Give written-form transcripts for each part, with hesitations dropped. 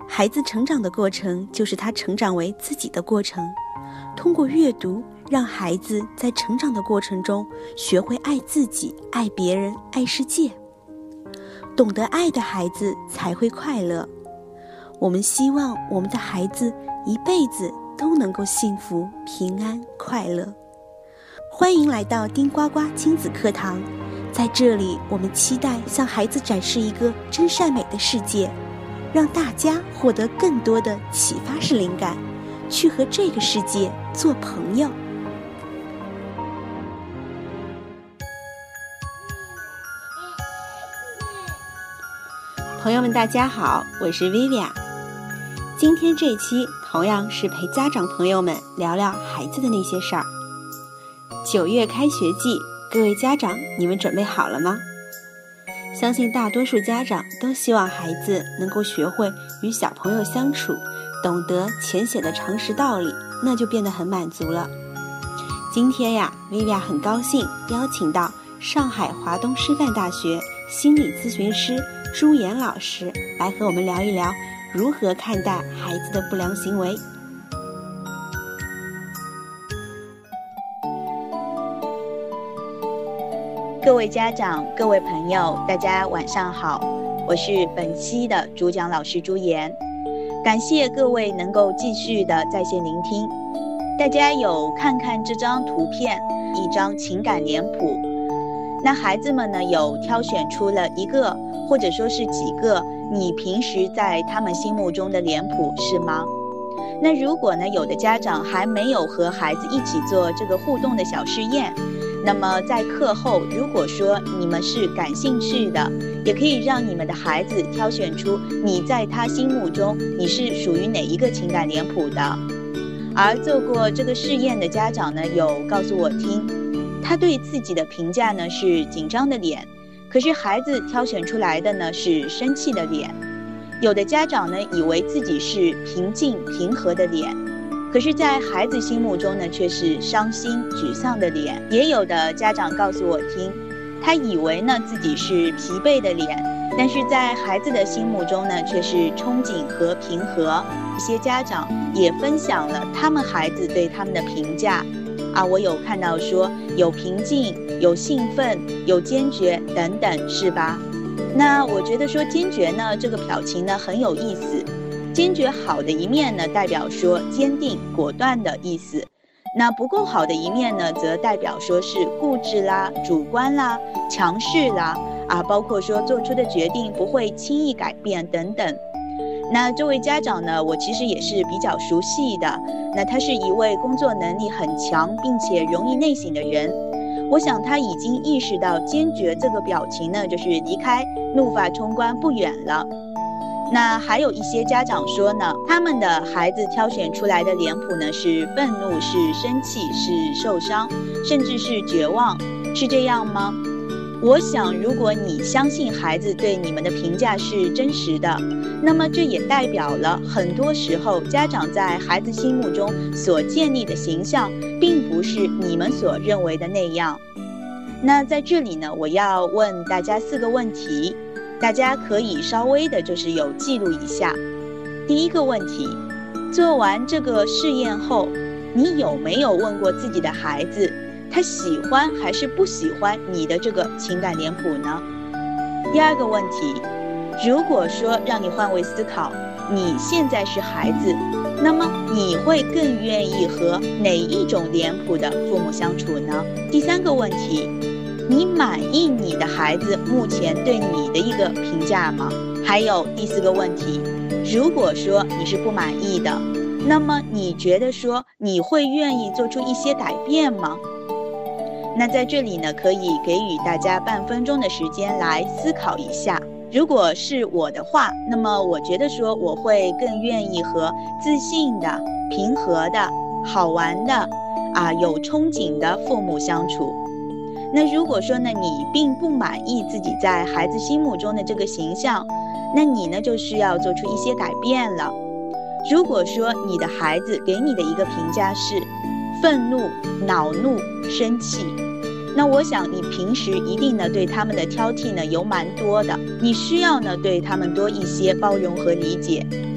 孩子成长的过程就是他成长为自己的过程。通过阅读，让孩子在成长的过程中学会爱自己、爱别人、爱世界。懂得爱的孩子才会快乐。我们希望我们的孩子一辈子都能够幸福、平安、快乐。欢迎来到丁呱呱亲子课堂，在这里我们期待向孩子展示一个真善美的世界，让大家获得更多的启发式灵感，去和这个世界做朋友。朋友们大家好，我是 Vivian。 今天这期同样是陪家长朋友们聊聊孩子的那些事儿。9月开学季，各位家长，你们准备好了吗？相信大多数家长都希望孩子能够学会与小朋友相处，懂得浅显的常识道理，那就变得很满足了。今天呀，Vivian 很高兴邀请到上海华东师范大学心理咨询师朱岩老师来和我们聊一聊如何看待孩子的不良行为。各位家长，各位朋友，大家晚上好，我是本期的主讲老师朱岩。感谢各位能够继续的在线聆听。大家有看看这张图片，一张情感脸谱。那孩子们呢，有挑选出了一个或者说是几个你平时在他们心目中的脸谱，是吗？那如果呢，有的家长还没有和孩子一起做这个互动的小试验，那么在课后，如果说你们是感兴趣的，也可以让你们的孩子挑选出你在他心目中你是属于哪一个情感脸谱的。而做过这个试验的家长呢，有告诉我听，他对自己的评价呢是紧张的脸，可是孩子挑选出来的呢是生气的脸。有的家长呢以为自己是平静平和的脸，可是在孩子心目中呢却是伤心沮丧的脸。也有的家长告诉我听，他以为呢自己是疲惫的脸，但是在孩子的心目中呢却是憧憬和平和。一些家长也分享了他们孩子对他们的评价我有看到说有平静、有兴奋、有坚决等等，是吧？那我觉得说坚决呢这个表情呢很有意思。坚决好的一面呢，代表说坚定果断的意思。那不够好的一面呢，则代表说是固执啦、主观啦、强势啦包括说做出的决定不会轻易改变等等。那这位家长呢，我其实也是比较熟悉的。那他是一位工作能力很强并且容易内省的人。我想他已经意识到坚决这个表情呢，就是离开怒发冲冠不远了。那还有一些家长说呢，他们的孩子挑选出来的脸谱呢是愤怒、是生气、是受伤，甚至是绝望，是这样吗？我想如果你相信孩子对你们的评价是真实的，那么这也代表了很多时候家长在孩子心目中所建立的形象并不是你们所认为的那样。那在这里呢，我要问大家4个问题，大家可以稍微的就是有记录一下。第一个问题，做完这个试验后，你有没有问过自己的孩子，他喜欢还是不喜欢你的这个情感脸谱呢？第二个问题，如果说让你换位思考，你现在是孩子，那么你会更愿意和哪一种脸谱的父母相处呢？第三个问题，你满意你的孩子目前对你的一个评价吗？还有第4个问题，如果说你是不满意的，那么你觉得说你会愿意做出一些改变吗？那在这里呢，可以给予大家半分钟的时间来思考一下。如果是我的话，那么我觉得说我会更愿意和自信的、平和的、好玩的有憧憬的父母相处。那如果说呢，你并不满意自己在孩子心目中的这个形象，那你呢就需要做出一些改变了。如果说你的孩子给你的一个评价是愤怒、恼怒、生气，那我想你平时一定呢对他们的挑剔呢有蛮多的，你需要呢对他们多一些包容和理解。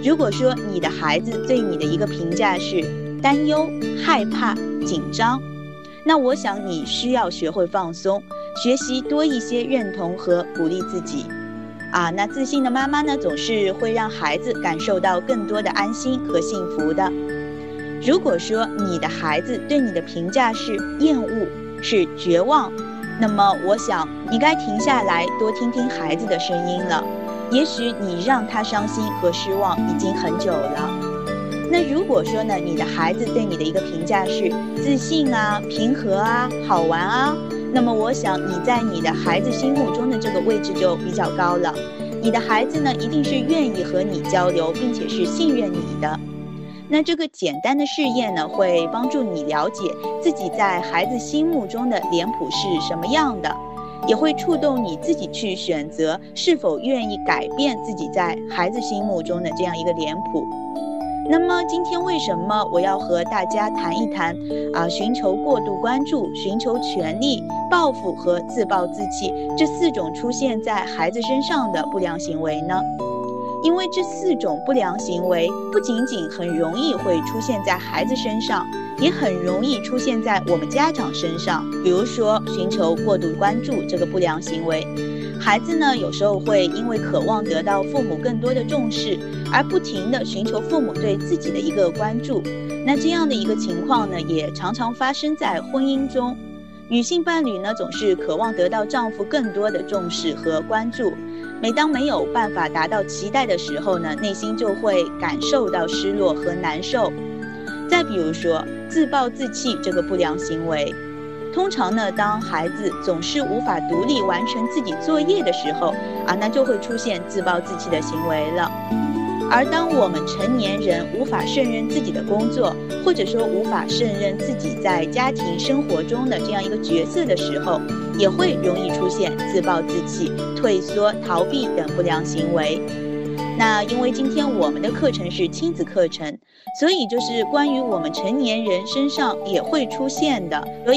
如果说你的孩子对你的一个评价是担忧、害怕、紧张，那我想你需要学会放松，学习多一些认同和鼓励自己。那自信的妈妈呢，总是会让孩子感受到更多的安心和幸福的。如果说你的孩子对你的评价是厌恶、是绝望，那么我想你该停下来，多听听孩子的声音了。也许你让他伤心和失望已经很久了。那如果说呢，你的孩子对你的一个评价是自信啊、平和啊、好玩啊，那么我想你在你的孩子心目中的这个位置就比较高了。你的孩子呢，一定是愿意和你交流，并且是信任你的。那这个简单的试验呢，会帮助你了解自己在孩子心目中的脸谱是什么样的，也会触动你自己去选择是否愿意改变自己在孩子心目中的这样一个脸谱。那么今天为什么我要和大家谈一谈寻求过度关注、寻求权力、报复和自暴自弃这4种出现在孩子身上的不良行为呢？因为这4种不良行为不仅仅很容易会出现在孩子身上，也很容易出现在我们家长身上。比如说寻求过度关注这个不良行为，孩子呢有时候会因为渴望得到父母更多的重视，而不停地寻求父母对自己的一个关注。那这样的一个情况呢，也常常发生在婚姻中。女性伴侣呢总是渴望得到丈夫更多的重视和关注，每当没有办法达到期待的时候呢，内心就会感受到失落和难受。再比如说自暴自弃这个不良行为，通常呢，当孩子总是无法独立完成自己作业的时候那就会出现自暴自弃的行为了。而当我们成年人无法胜任自己的工作，或者说无法胜任自己在家庭生活中的这样一个角色的时候，也会容易出现自暴自弃、退缩、逃避等不良行为。那因为今天我们的课程是亲子课程，所以就是关于我们成年人身上也会出现的，这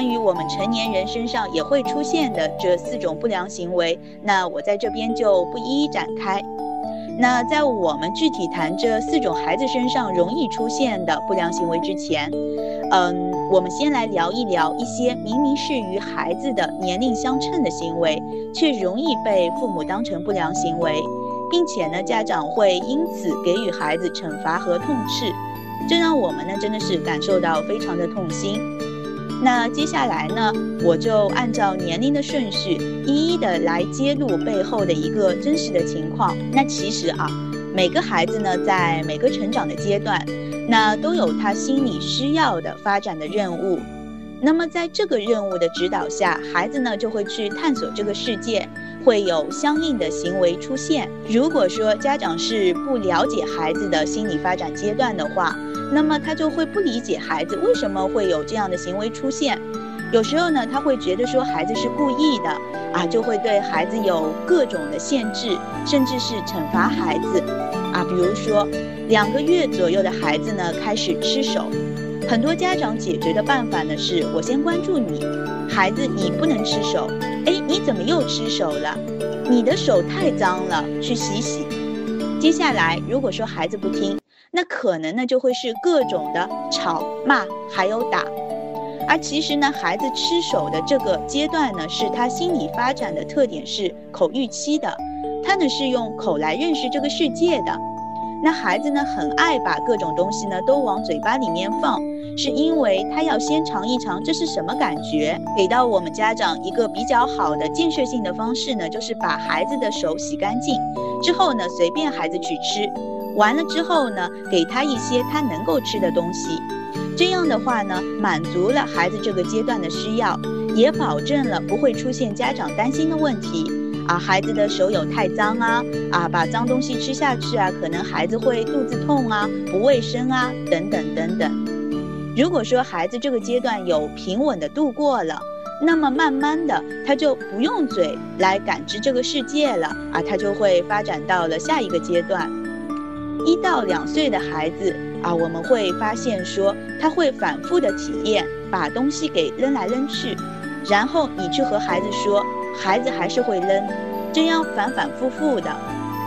4种不良行为，那我在这边就不一一展开。那在我们具体谈这4种孩子身上容易出现的不良行为之前，我们先来聊一聊一些明明是与孩子的年龄相称的行为，却容易被父母当成不良行为，并且呢，家长会因此给予孩子惩罚和痛斥，这让我们呢真的是感受到非常的痛心。那接下来呢，我就按照年龄的顺序，一一的来揭露背后的一个真实的情况。那其实每个孩子呢，在每个成长的阶段，那都有他心理需要的发展的任务。那么在这个任务的指导下，孩子呢就会去探索这个世界，会有相应的行为出现。如果说家长是不了解孩子的心理发展阶段的话，那么他就会不理解孩子为什么会有这样的行为出现。有时候呢，他会觉得说孩子是故意的就会对孩子有各种的限制，甚至是惩罚孩子比如说2个月左右的孩子呢开始吃手，很多家长解决的办法呢是我先关注你，孩子你不能吃手，你怎么又吃手了？你的手太脏了，去洗洗。接下来如果说孩子不听，那可能呢就会是各种的吵骂还有打。而其实呢，孩子吃手的这个阶段呢，是他心理发展的特点是口欲期的，他呢是用口来认识这个世界的。那孩子呢很爱把各种东西呢都往嘴巴里面放，是因为他要先尝一尝这是什么感觉。给到我们家长一个比较好的建设性的方式呢，就是把孩子的手洗干净之后呢，随便孩子去吃，完了之后呢，给他一些他能够吃的东西。这样的话呢，满足了孩子这个阶段的需要，也保证了不会出现家长担心的问题孩子的手有太脏把脏东西吃下去可能孩子会肚子痛不卫生等等等等。如果说孩子这个阶段有平稳的度过了，那么慢慢的他就不用嘴来感知这个世界了他就会发展到了下一个阶段。1到2岁的孩子我们会发现说他会反复的体验把东西给扔来扔去，然后你去和孩子说，孩子还是会扔，这样反反复复的。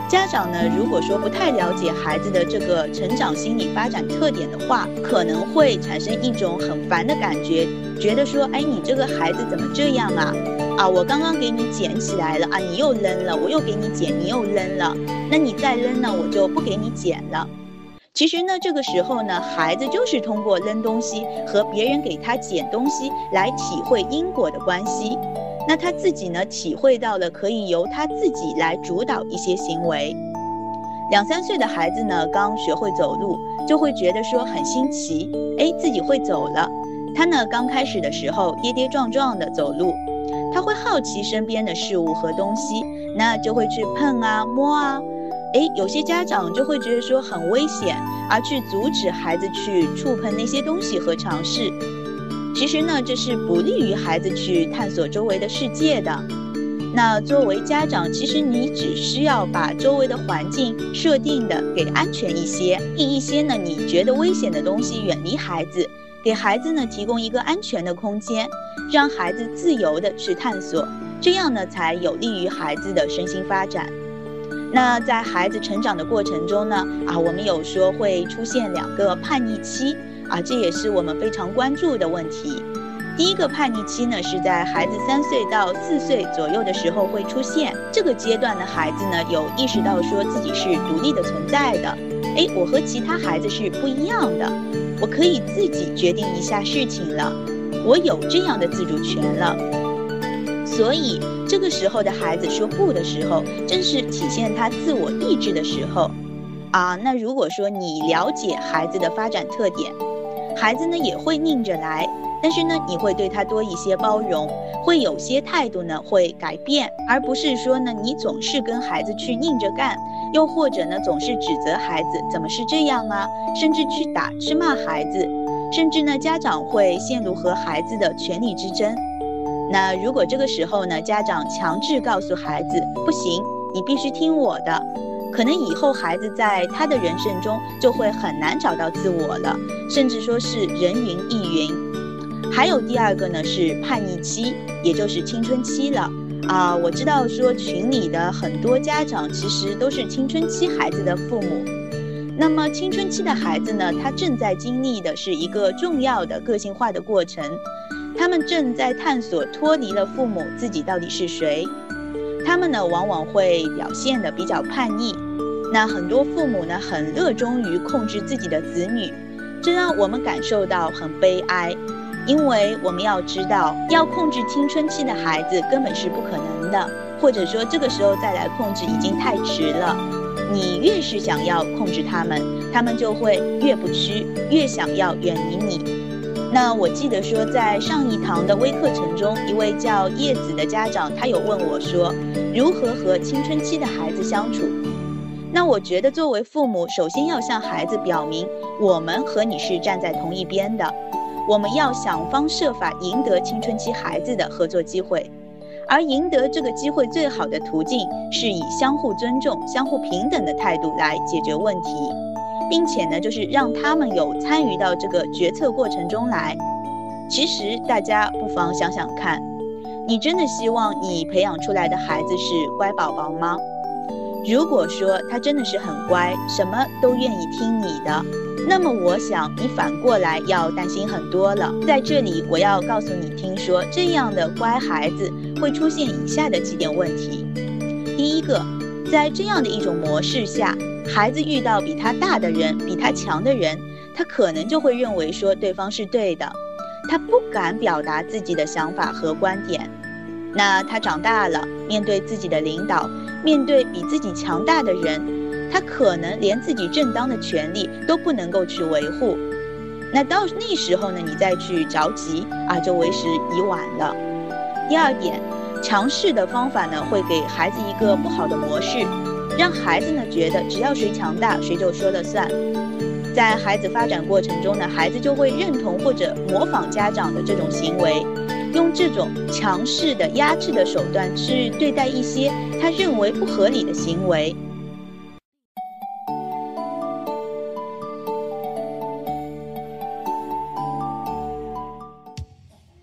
家长呢，如果说不太了解孩子的这个成长心理发展特点的话，可能会产生一种很烦的感觉，觉得说，哎，你这个孩子怎么这样啊？我刚刚给你捡起来了啊，你又扔了，我又给你捡，你又扔了，那你再扔呢，我就不给你捡了。其实呢，这个时候呢，孩子就是通过扔东西和别人给他捡东西来体会因果的关系。那他自己呢，体会到了可以由他自己来主导一些行为。2、3岁的孩子呢，刚学会走路，就会觉得说很新奇，哎，自己会走了。他呢，刚开始的时候跌跌撞撞的走路，他会好奇身边的事物和东西，那就会去碰啊、摸啊。有些家长就会觉得说很危险，而去阻止孩子去触碰那些东西和尝试。其实呢，这是不利于孩子去探索周围的世界的。那作为家长，其实你只需要把周围的环境设定的给安全一些，一些呢你觉得危险的东西远离孩子，给孩子呢提供一个安全的空间，让孩子自由的去探索，这样呢才有利于孩子的身心发展。那在孩子成长的过程中呢，我们有说会出现2个叛逆期。这也是我们非常关注的问题。第一个叛逆期呢，是在孩子3岁到4岁左右的时候会出现。这个阶段的孩子呢，有意识到说自己是独立的存在的。我和其他孩子是不一样的，我可以自己决定一下事情了，我有这样的自主权了。所以这个时候的孩子说不的时候，正是体现他自我意志的时候。那如果说你了解孩子的发展特点，孩子呢也会拧着来，但是呢你会对他多一些包容，会有些态度呢会改变，而不是说呢你总是跟孩子去拧着干，又或者呢总是指责孩子怎么是这样啊，甚至去打去骂孩子，甚至呢家长会陷入和孩子的权力之争。那如果这个时候呢家长强制告诉孩子不行，你必须听我的，可能以后孩子在他的人生中就会很难找到自我了，甚至说是人云亦云。还有第2个呢是叛逆期，也就是青春期了。我知道说群里的很多家长其实都是青春期孩子的父母。那么青春期的孩子呢，他正在经历的是一个重要的个性化的过程，他们正在探索脱离了父母自己到底是谁。他们呢往往会表现得比较叛逆，那很多父母呢很热衷于控制自己的子女，这让我们感受到很悲哀。因为我们要知道，要控制青春期的孩子根本是不可能的，或者说这个时候再来控制已经太迟了。你越是想要控制他们，他们就会越不屈，越想要远离你。那我记得说在上一堂的微课程中，一位叫叶子的家长，他有问我说如何和青春期的孩子相处。那我觉得作为父母，首先要向孩子表明我们和你是站在同一边的，我们要想方设法赢得青春期孩子的合作机会，而赢得这个机会最好的途径是以相互尊重、相互平等的态度来解决问题，并且呢，就是让他们有参与到这个决策过程中来。其实大家不妨想想看，你真的希望你培养出来的孩子是乖宝宝吗？如果说他真的是很乖，什么都愿意听你的，那么我想你反过来要担心很多了。在这里我要告诉你，听说这样的乖孩子会出现以下的几点问题。第一个，在这样的一种模式下，孩子遇到比他大的人、比他强的人，他可能就会认为说对方是对的，他不敢表达自己的想法和观点。那他长大了，面对自己的领导，面对比自己强大的人，他可能连自己正当的权利都不能够去维护。那到那时候呢，你再去着急就为时已晚了。第二点，强势的方法呢，会给孩子一个不好的模式，让孩子呢觉得只要谁强大，谁就说了算。在孩子发展过程中呢，孩子就会认同或者模仿家长的这种行为，用这种强势的压制的手段去对待一些他认为不合理的行为。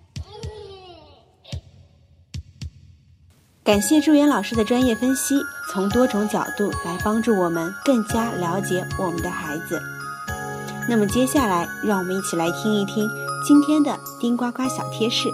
感谢朱元老师的专业分析， 从多种角度来帮助我们更加了解我们的孩子。那么接下来让我们一起来听一听今天的丁呱呱小贴士。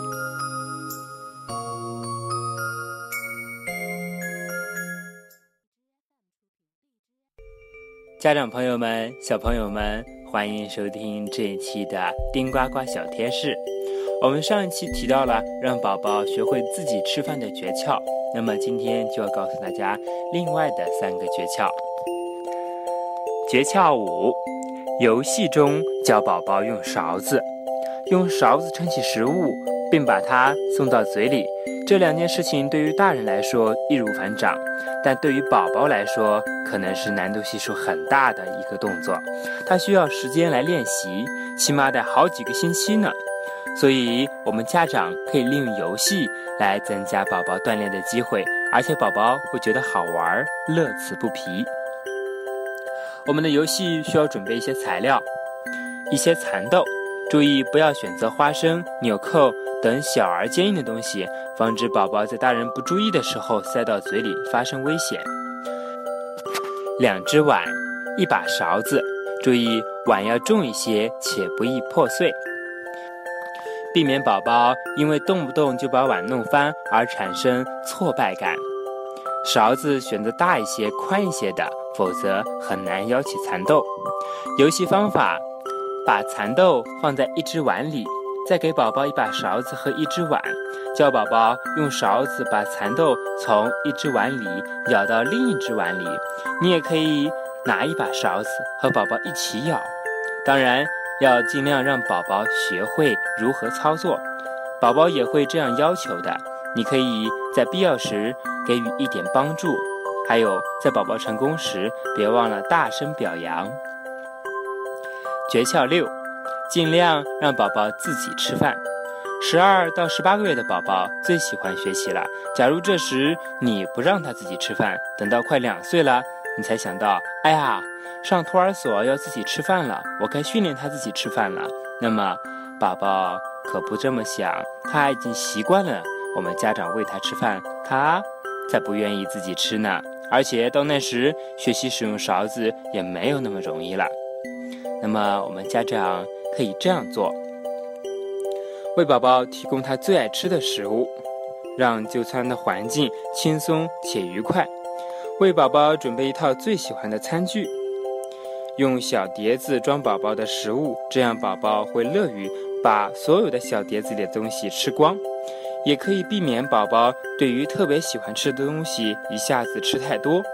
家长朋友们、小朋友们，欢迎收听这一期的丁呱呱小贴士。我们上一期提到了让宝宝学会自己吃饭的诀窍，那么今天就要告诉大家另外的3个诀窍。诀窍5，游戏中教宝宝用勺子盛起食物，并把它送到嘴里。这2件事情对于大人来说易如反掌，但对于宝宝来说可能是难度系数很大的一个动作，它需要时间来练习，起码得好几个星期呢。所以我们家长可以利用游戏来增加宝宝锻炼的机会，而且宝宝会觉得好玩，乐此不疲。我们的游戏需要准备一些材料，一些蚕豆，注意不要选择花生、纽扣等小而坚硬的东西，防止宝宝在大人不注意的时候塞到嘴里发生危险。2只碗，1把勺子，注意碗要重一些且不易破碎，避免宝宝因为动不动就把碗弄翻而产生挫败感。勺子选择大一些、宽一些的，否则很难舀起蚕豆。游戏方法，把蚕豆放在1只碗里，再给宝宝1把勺子和1只碗，教宝宝用勺子把蚕豆从1只碗里舀到另1只碗里。你也可以拿1把勺子和宝宝一起舀，当然要尽量让宝宝学会如何操作，宝宝也会这样要求的。你可以在必要时给予一点帮助，还有在宝宝成功时别忘了大声表扬。诀窍6，尽量让宝宝自己吃饭。12到18个月的宝宝最喜欢学习了，假如这时你不让他自己吃饭，等到快2岁了，你才想到，哎呀，上托儿所要自己吃饭了，我该训练他自己吃饭了。那么宝宝可不这么想，他已经习惯了我们家长喂他吃饭，他才不愿意自己吃呢。而且到那时学习使用勺子也没有那么容易了。那么我们家长可以这样做，为宝宝提供他最爱吃的食物，让就餐的环境轻松且愉快，为宝宝准备一套最喜欢的餐具，用小碟子装宝宝的食物，这样宝宝会乐于把所有的小碟子里的东西吃光。也可以避免宝宝对于特别喜欢吃的东西一下子吃太多。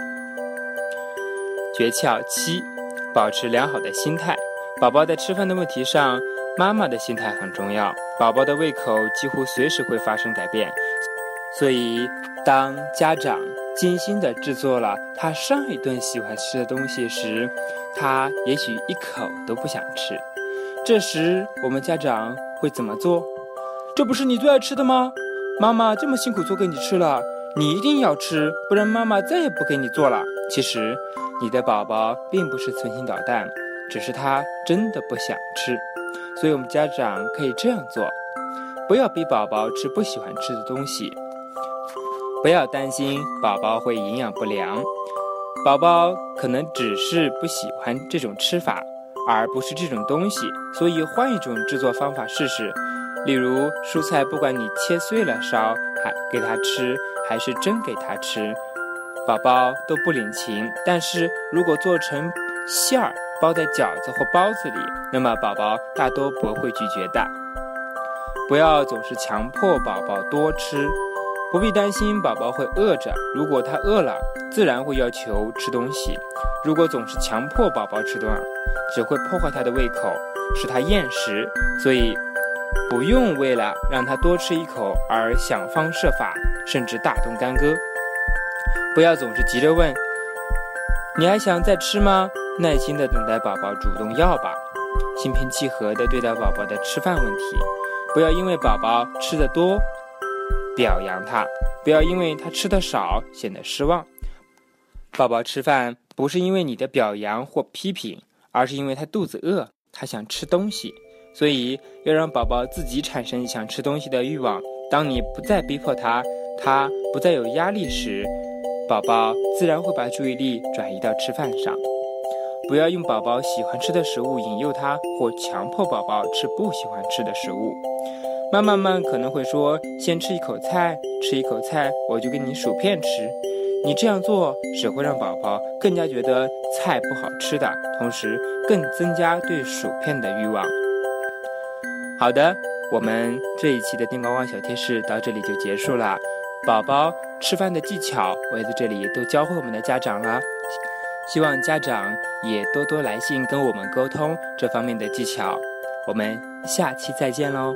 诀窍7，保持良好的心态。宝宝在吃饭的问题上，妈妈的心态很重要。宝宝的胃口几乎随时会发生改变，所以当家长精心地制作了他上一顿喜欢吃的东西时，他也许一口都不想吃。这时我们家长会怎么做？这不是你最爱吃的吗？妈妈这么辛苦做给你吃了，你一定要吃，不然妈妈再也不给你做了。其实你的宝宝并不是存心捣蛋，只是他真的不想吃。所以我们家长可以这样做，不要逼宝宝吃不喜欢吃的东西，不要担心宝宝会营养不良，宝宝可能只是不喜欢这种吃法，而不是这种东西，所以换一种制作方法试试。例如蔬菜不管你切碎了烧还给他吃，还是蒸给他吃，宝宝都不领情。但是如果做成馅儿包在饺子或包子里，那么宝宝大多不会拒绝的。不要总是强迫宝宝多吃，不必担心宝宝会饿着，如果他饿了自然会要求吃东西。如果总是强迫宝宝吃东西，只会破坏他的胃口，使他厌食。所以不用为了让他多吃一口而想方设法，甚至大动干戈。不要总是急着问你还想再吃吗？耐心地等待宝宝主动要吧，心平气和地对待宝宝的吃饭问题。不要因为宝宝吃得多表扬他，不要因为他吃得少显得失望。宝宝吃饭不是因为你的表扬或批评，而是因为他肚子饿，他想吃东西。所以要让宝宝自己产生想吃东西的欲望。当你不再逼迫他，他不再有压力时， 宝宝自然会把注意力转移到吃饭上。不要用宝宝喜欢吃的食物引诱他，或强迫宝宝吃不喜欢吃的食物。妈妈们可能会说，先吃一口菜，吃一口菜我就给你薯片吃。你这样做只会让宝宝更加觉得菜不好吃的，同时更增加对薯片的欲望。好的，我们这一期的叮呱呱小贴士到这里就结束了。宝宝吃饭的技巧，我也在这里都教会我们的家长了。希望家长也多多来信跟我们沟通这方面的技巧。我们下期再见喽。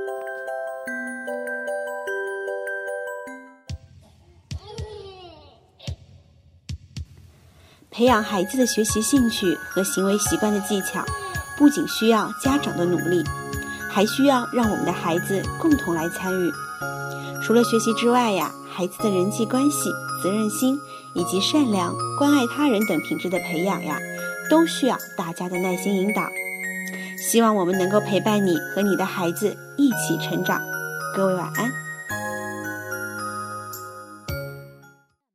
培养孩子的学习兴趣和行为习惯的技巧，不仅需要家长的努力，还需要让我们的孩子共同来参与。除了学习之外呀，孩子的人际关系、责任心以及善良、关爱他人等品质的培养呀，都需要大家的耐心引导。希望我们能够陪伴你和你的孩子一起成长。各位晚安。